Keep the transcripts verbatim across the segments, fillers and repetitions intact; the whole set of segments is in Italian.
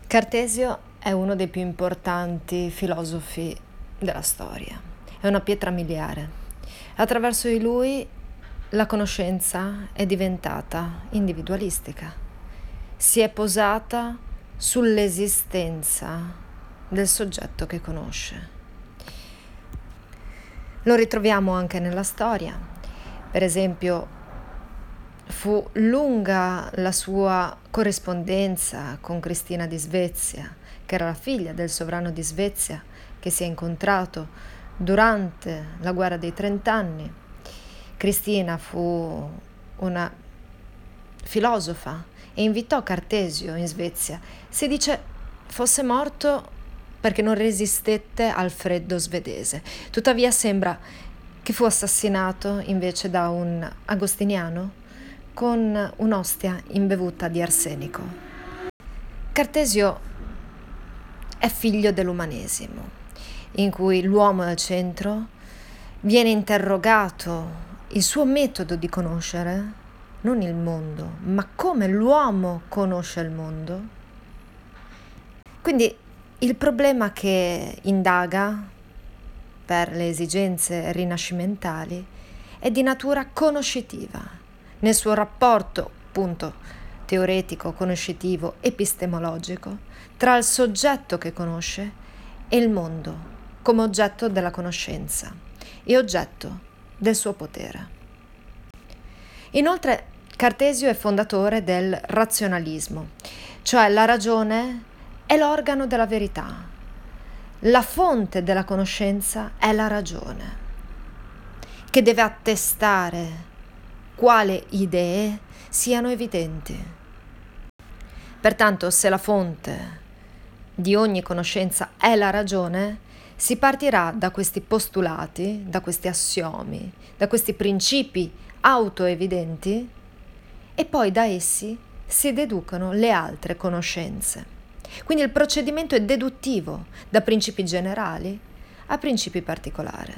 Cartesio è uno dei più importanti filosofi della storia, è una pietra miliare. Attraverso di lui la conoscenza è diventata individualistica, si è posata sull'esistenza del soggetto che conosce. Lo ritroviamo anche nella storia, per esempio fu lunga la sua corrispondenza con Cristina di Svezia, che era la figlia del sovrano di Svezia, che si è incontrato durante la guerra dei trent'anni. Cristina fu una filosofa e invitò Cartesio in Svezia. Si dice fosse morto perché non resistette al freddo svedese. Tuttavia sembra che fu assassinato invece da un agostiniano con un'ostia imbevuta di arsenico. Cartesio è figlio dell'umanesimo, in cui l'uomo è al centro, viene interrogato il suo metodo di conoscere, non il mondo, ma come l'uomo conosce il mondo. Quindi il problema che indaga per le esigenze rinascimentali è di natura conoscitiva, nel suo rapporto, appunto, teoretico, conoscitivo, epistemologico, tra il soggetto che conosce e il mondo, come oggetto della conoscenza e oggetto del suo potere. Inoltre, Cartesio è fondatore del razionalismo, cioè la ragione è l'organo della verità. La fonte della conoscenza è la ragione, che deve attestare quali idee siano evidenti. Pertanto, se la fonte di ogni conoscenza è la ragione, si partirà da questi postulati, da questi assiomi, da questi principi autoevidenti e poi da essi si deducono le altre conoscenze. Quindi il procedimento è deduttivo da principi generali a principi particolari.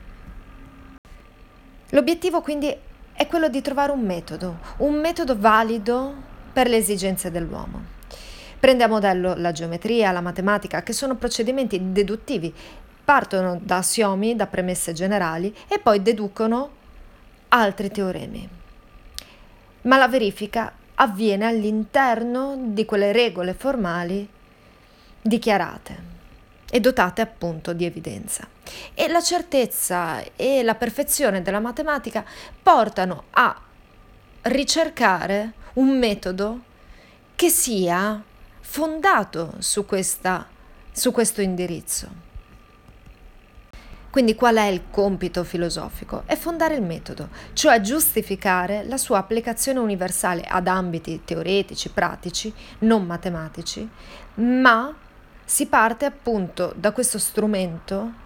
L'obiettivo quindi è quello di trovare un metodo, un metodo valido per le esigenze dell'uomo. Prende a modello la geometria, la matematica, che sono procedimenti deduttivi, partono da assiomi, da premesse generali e poi deducono altri teoremi. Ma la verifica avviene all'interno di quelle regole formali dichiarate e dotate appunto di evidenza. E la certezza e la perfezione della matematica portano a ricercare un metodo che sia fondato su questa, su questo indirizzo. Quindi qual è il compito filosofico? È fondare il metodo, cioè giustificare la sua applicazione universale ad ambiti teoretici, pratici, non matematici, ma si parte appunto da questo strumento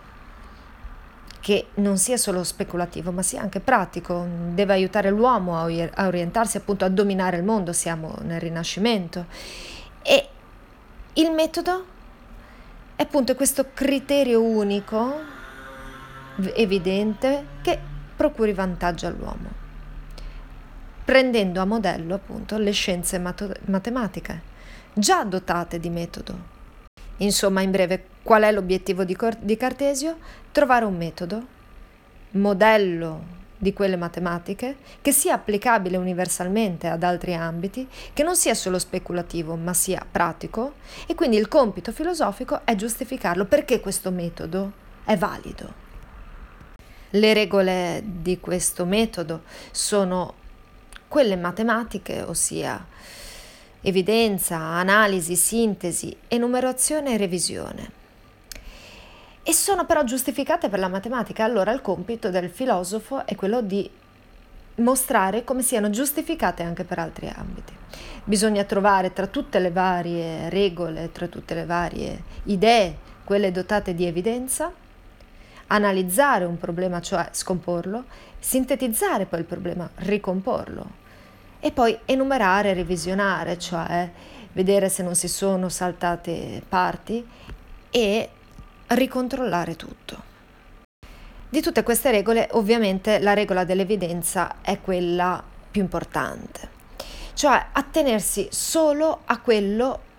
che non sia solo speculativo, ma sia anche pratico, deve aiutare l'uomo a orientarsi appunto a dominare il mondo, siamo nel Rinascimento. E il metodo è appunto questo criterio unico, evidente, che procuri vantaggio all'uomo, prendendo a modello appunto le scienze mat- matematiche, già dotate di metodo. Insomma, in breve, qual è l'obiettivo di, Cor- di Cartesio? Trovare un metodo, modello di quelle matematiche, che sia applicabile universalmente ad altri ambiti, che non sia solo speculativo, ma sia pratico, e quindi il compito filosofico è giustificarlo perché questo metodo è valido. Le regole di questo metodo sono quelle matematiche, ossia evidenza, analisi, sintesi, enumerazione e revisione. E sono però giustificate per la matematica. Allora il compito del filosofo è quello di mostrare come siano giustificate anche per altri ambiti. Bisogna trovare tra tutte le varie regole, tra tutte le varie idee, quelle dotate di evidenza, analizzare un problema, cioè scomporlo, sintetizzare poi il problema, ricomporlo, e poi enumerare, revisionare, cioè vedere se non si sono saltate parti e ricontrollare tutto. Di tutte queste regole, ovviamente la regola dell'evidenza è quella più importante, cioè attenersi solo a quello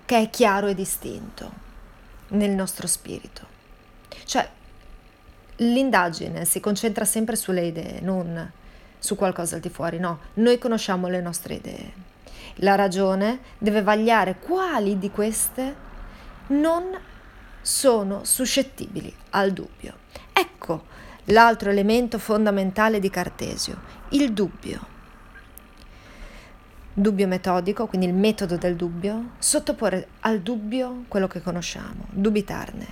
che è chiaro e distinto nel nostro spirito. Cioè, l'indagine si concentra sempre sulle idee, non su qualcosa al di fuori, no. Noi conosciamo le nostre idee. La ragione deve vagliare quali di queste non sono suscettibili al dubbio. Ecco l'altro elemento fondamentale di Cartesio, il dubbio. Dubbio metodico, quindi il metodo del dubbio, sottoporre al dubbio quello che conosciamo, dubitarne.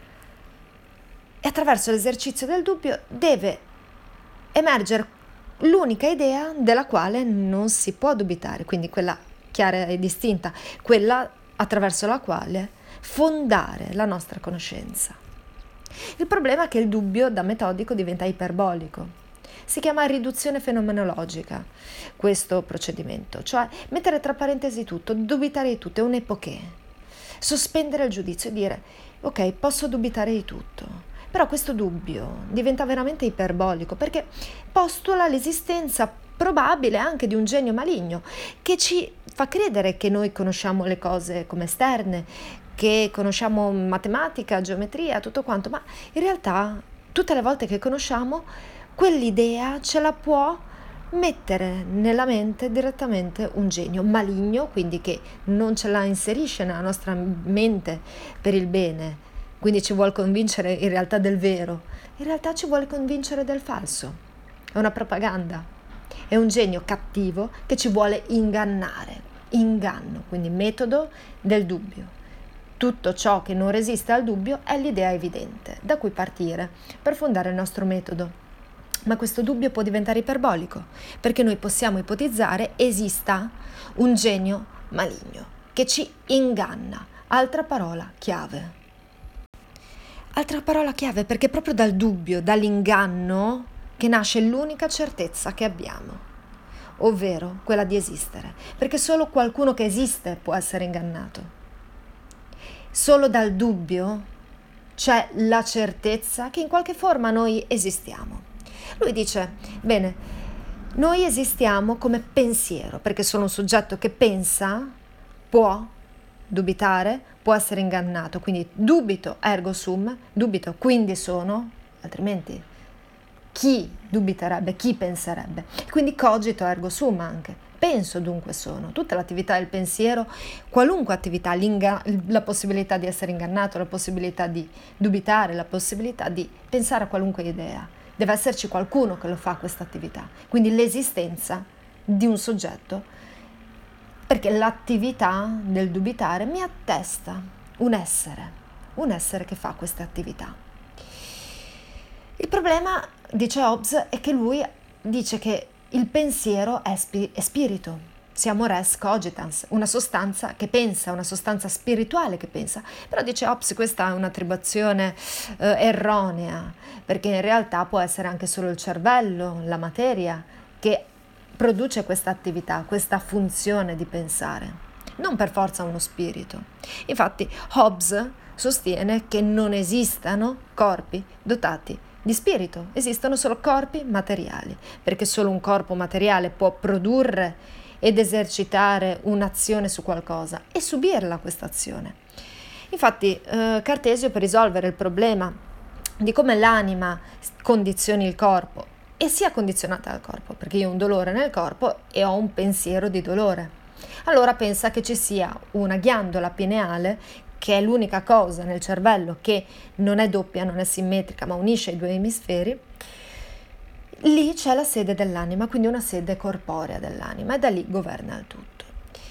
E attraverso l'esercizio del dubbio deve emergere l'unica idea della quale non si può dubitare, quindi quella chiara e distinta, quella attraverso la quale fondare la nostra conoscenza. Il problema è che il dubbio da metodico diventa iperbolico. Si chiama riduzione fenomenologica questo procedimento, cioè mettere tra parentesi tutto, dubitare di tutto, è un epoché. Sospendere il giudizio e dire ok, posso dubitare di tutto, però questo dubbio diventa veramente iperbolico perché postula l'esistenza probabile anche di un genio maligno che ci fa credere che noi conosciamo le cose come esterne, che conosciamo matematica, geometria, tutto quanto, ma in realtà tutte le volte che conosciamo quell'idea ce la può mettere nella mente direttamente un genio maligno, quindi che non ce la inserisce nella nostra mente per il bene, quindi ci vuole convincere in realtà del vero, in realtà ci vuole convincere del falso, è una propaganda, è un genio cattivo che ci vuole ingannare, inganno, quindi metodo del dubbio. Tutto ciò che non resiste al dubbio è l'idea evidente da cui partire per fondare il nostro metodo. Ma questo dubbio può diventare iperbolico, perché noi possiamo ipotizzare esista un genio maligno che ci inganna. Altra parola chiave. Altra parola chiave perché è proprio dal dubbio, dall'inganno, che nasce l'unica certezza che abbiamo, ovvero quella di esistere, perché solo qualcuno che esiste può essere ingannato. Solo dal dubbio c'è la certezza che in qualche forma noi esistiamo. Lui dice, bene, noi esistiamo come pensiero, perché solo un soggetto che pensa può dubitare, può essere ingannato, quindi dubito ergo sum, dubito quindi sono, altrimenti chi dubiterebbe, chi penserebbe? Quindi cogito ergo sum anche, penso dunque sono, tutta l'attività del pensiero, qualunque attività, la possibilità di essere ingannato, la possibilità di dubitare, la possibilità di pensare a qualunque idea. Deve esserci qualcuno che lo fa questa attività, quindi l'esistenza di un soggetto, perché l'attività del dubitare mi attesta un essere, un essere che fa questa attività. Il problema, dice Hobbes, è che lui dice che il pensiero è, spi- è spirito, siamo res cogitans, una sostanza che pensa, una sostanza spirituale che pensa. Però dice Hobbes questa è un'attribuzione eh, erronea, perché in realtà può essere anche solo il cervello, la materia, che produce questa attività, questa funzione di pensare, non per forza uno spirito. Infatti Hobbes sostiene che non esistano corpi dotati di spirito, esistono solo corpi materiali, perché solo un corpo materiale può produrre ed esercitare un'azione su qualcosa e subirla questa azione. Infatti eh, Cartesio, per risolvere il problema di come l'anima condizioni il corpo e sia condizionata dal corpo, perché io ho un dolore nel corpo e ho un pensiero di dolore, allora pensa che ci sia una ghiandola pineale, che è l'unica cosa nel cervello che non è doppia, non è simmetrica, ma unisce i due emisferi. Lì c'è la sede dell'anima, quindi una sede corporea dell'anima, e da lì governa il tutto.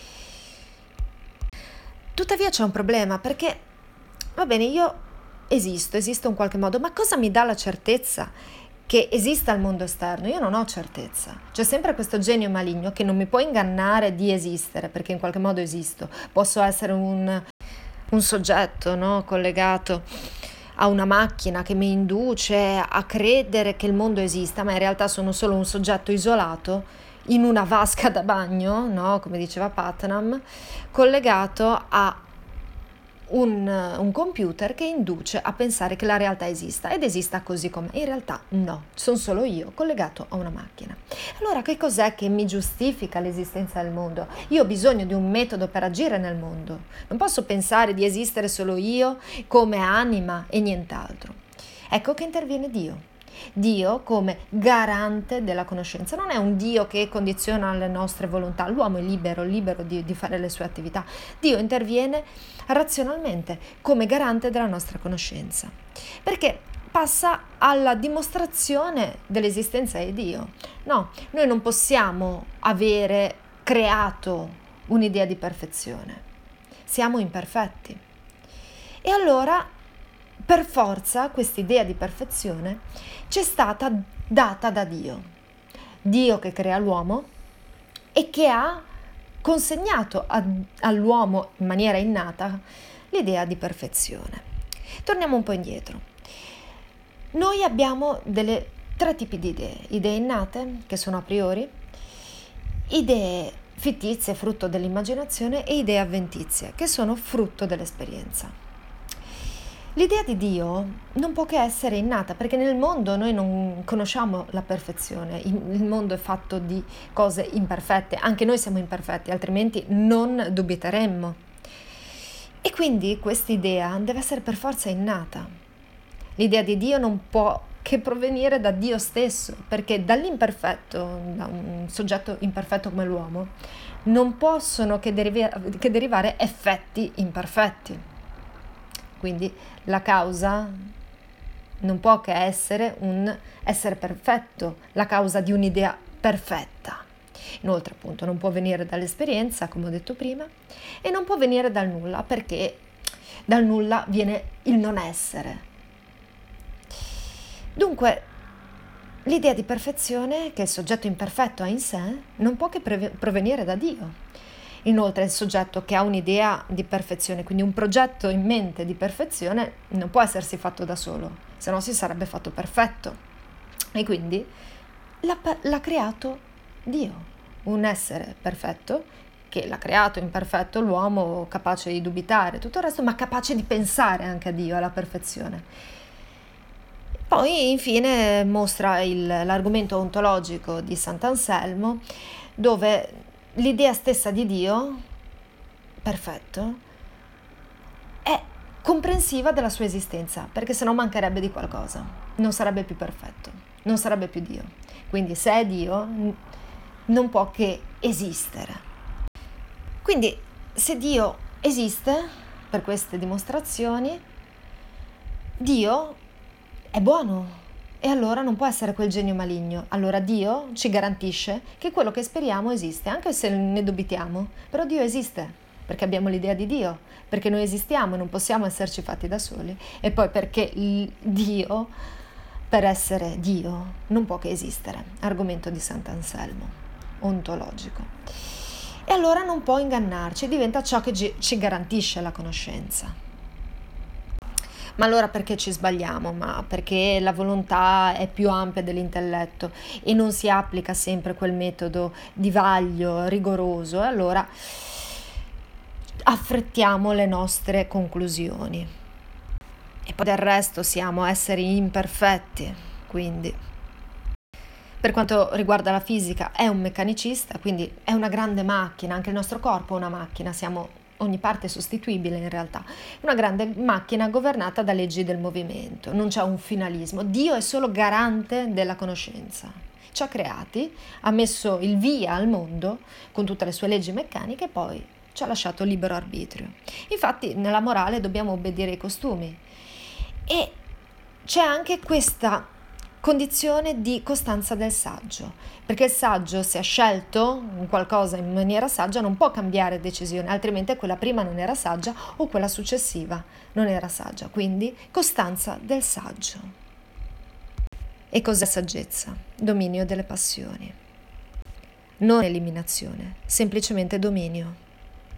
Tuttavia c'è un problema, perché va bene, io esisto, esisto in qualche modo, ma cosa mi dà la certezza che esista il mondo esterno? Io non ho certezza. C'è sempre questo genio maligno che non mi può ingannare di esistere, perché in qualche modo esisto. Posso essere un, un soggetto, no, collegato a una macchina che mi induce a credere che il mondo esista, ma in realtà sono solo un soggetto isolato in una vasca da bagno, no? Come diceva Putnam, collegato a un, un computer che induce a pensare che la realtà esista ed esista così com'è. In realtà no, sono solo io collegato a una macchina. Allora che cos'è che mi giustifica l'esistenza del mondo? Io ho bisogno di un metodo per agire nel mondo. Non posso pensare di esistere solo io come anima e nient'altro. Ecco che interviene Dio. Dio come garante della conoscenza. Non è un Dio che condiziona le nostre volontà. L'uomo è libero, libero di, di fare le sue attività. Dio interviene razionalmente come garante della nostra conoscenza, perché passa alla dimostrazione dell'esistenza di Dio. No, noi non possiamo avere creato un'idea di perfezione. Siamo imperfetti. E allora, per forza, quest'idea di perfezione ci è stata data da Dio. Dio che crea l'uomo e che ha consegnato a, all'uomo in maniera innata l'idea di perfezione. Torniamo un po' indietro. Noi abbiamo delle tre tipi di idee: idee innate, che sono a priori, idee fittizie, frutto dell'immaginazione, e idee avventizie, che sono frutto dell'esperienza. L'idea di Dio non può che essere innata, perché nel mondo noi non conosciamo la perfezione, il mondo è fatto di cose imperfette, anche noi siamo imperfetti, altrimenti non dubiteremmo. E quindi quest'idea deve essere per forza innata. L'idea di Dio non può che provenire da Dio stesso, perché dall'imperfetto, da un soggetto imperfetto come l'uomo, non possono che, deriv- che derivare effetti imperfetti. Quindi la causa non può che essere un essere perfetto, la causa di un'idea perfetta. Inoltre, appunto, non può venire dall'esperienza, come ho detto prima, e non può venire dal nulla, perché dal nulla viene il non essere. Dunque, l'idea di perfezione che il soggetto imperfetto ha in sé non può che provenire da Dio. Inoltre il soggetto che ha un'idea di perfezione, quindi un progetto in mente di perfezione, non può essersi fatto da solo, se no si sarebbe fatto perfetto. E quindi l'ha, l'ha creato Dio, un essere perfetto che l'ha creato imperfetto l'uomo, capace di dubitare, tutto il resto, ma capace di pensare anche a Dio, alla perfezione. Poi infine mostra il, l'argomento ontologico di Sant'Anselmo, dove l'idea stessa di Dio, perfetto, è comprensiva della sua esistenza, perché sennò mancherebbe di qualcosa, non sarebbe più perfetto, non sarebbe più Dio. Quindi se è Dio, non può che esistere. Quindi se Dio esiste, per queste dimostrazioni, Dio è buono. E allora non può essere quel genio maligno. Allora Dio ci garantisce che quello che speriamo esiste, anche se ne dubitiamo. Però Dio esiste, perché abbiamo l'idea di Dio, perché noi esistiamo e non possiamo esserci fatti da soli. E poi perché il Dio, per essere Dio, non può che esistere. Argomento di Sant'Anselmo, ontologico. E allora non può ingannarci, diventa ciò che ci garantisce la conoscenza. Ma allora perché ci sbagliamo? Ma perché la volontà è più ampia dell'intelletto e non si applica sempre quel metodo di vaglio rigoroso, e allora affrettiamo le nostre conclusioni. E poi del resto siamo esseri imperfetti, quindi per quanto riguarda la fisica è un meccanicista, quindi è una grande macchina, anche il nostro corpo è una macchina, siamo ogni parte è sostituibile in realtà, una grande macchina governata da leggi del movimento, non c'è un finalismo. Dio è solo garante della conoscenza, ci ha creati, ha messo il via al mondo con tutte le sue leggi meccaniche e poi ci ha lasciato libero arbitrio. Infatti nella morale dobbiamo obbedire ai costumi e c'è anche questa condizione di costanza del saggio, perché il saggio, se ha scelto qualcosa in maniera saggia, non può cambiare decisione, altrimenti quella prima non era saggia o quella successiva non era saggia. Quindi costanza del saggio. E cos'è saggezza? Dominio delle passioni. Non eliminazione, semplicemente dominio.